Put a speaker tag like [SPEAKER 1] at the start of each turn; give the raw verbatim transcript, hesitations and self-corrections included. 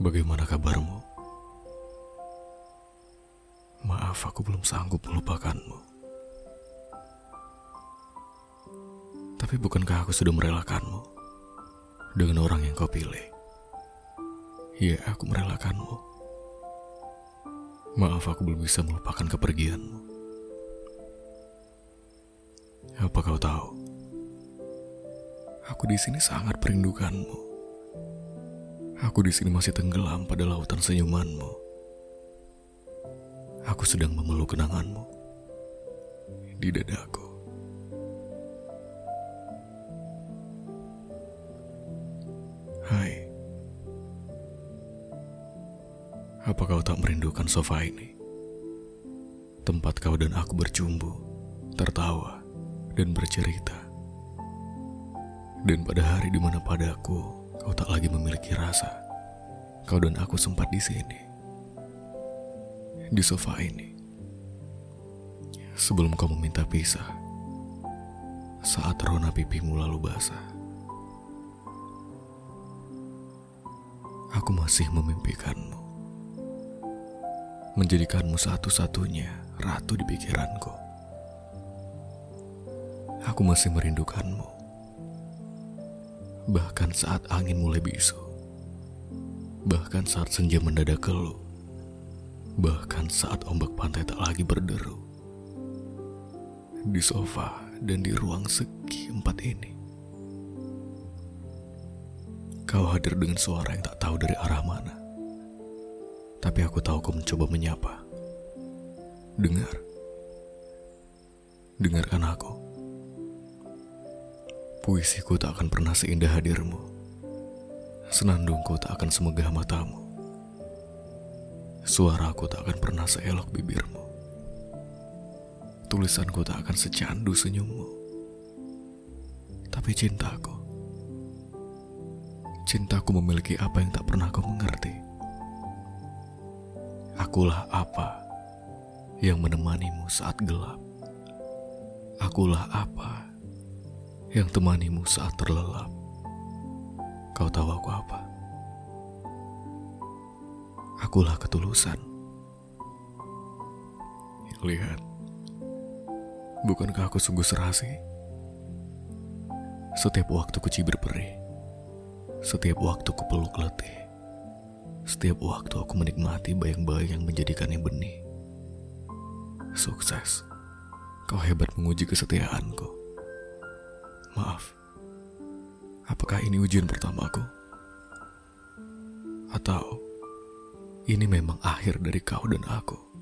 [SPEAKER 1] Bagaimana kabarmu? Maaf, aku belum sanggup melupakanmu. Tapi bukankah aku sudah merelakanmu dengan orang yang kau pilih? Ya, aku merelakanmu. Maaf, aku belum bisa melupakan kepergianmu. Apa kau tahu? Aku di sini sangat merindukanmu. Aku di sini masih tenggelam pada lautan senyumanmu. Aku sedang memeluk kenanganmu di dadaku. Hai, apa kau tak merindukan sofa ini? Tempat kau dan aku bercumbu, tertawa, dan bercerita. Dan pada hari di mana padaku kau tak lagi memiliki rasa, kau dan aku sempat di sini, di sofa ini. Sebelum kau meminta pisah, saat rona pipimu lalu basah, aku masih memimpikanmu, menjadikanmu satu-satunya ratu di pikiranku. Aku masih merindukanmu, bahkan saat angin mulai bisu, bahkan saat senja mendadak keluh, bahkan saat ombak pantai tak lagi berderu. Di sofa dan di ruang segi empat ini, kau hadir dengan suara yang tak tahu dari arah mana. Tapi aku tahu kau mencoba menyapa. Dengar, dengarkan aku. Puisiku tak akan pernah seindah hadirmu. Senandungku tak akan semegah matamu. Suaraku tak akan pernah seelok bibirmu. Tulisanku tak akan secandu senyummu. Tapi cintaku, cintaku memiliki apa yang tak pernah kau mengerti. Akulah apa yang menemanimu saat gelap. Akulah apa yang temanimu saat terlelap. Kau tahu aku apa? Akulah ketulusan. Lihat, bukankah aku sungguh serasi? Setiap waktu ku cibir perih, setiap waktu ku peluk letih, setiap waktu aku menikmati bayang-bayang yang menjadikannya benih. Sukses, kau hebat menguji kesetiaanku. Maaf, apakah ini ujian pertamaku? Atau ini memang akhir dari kau dan aku?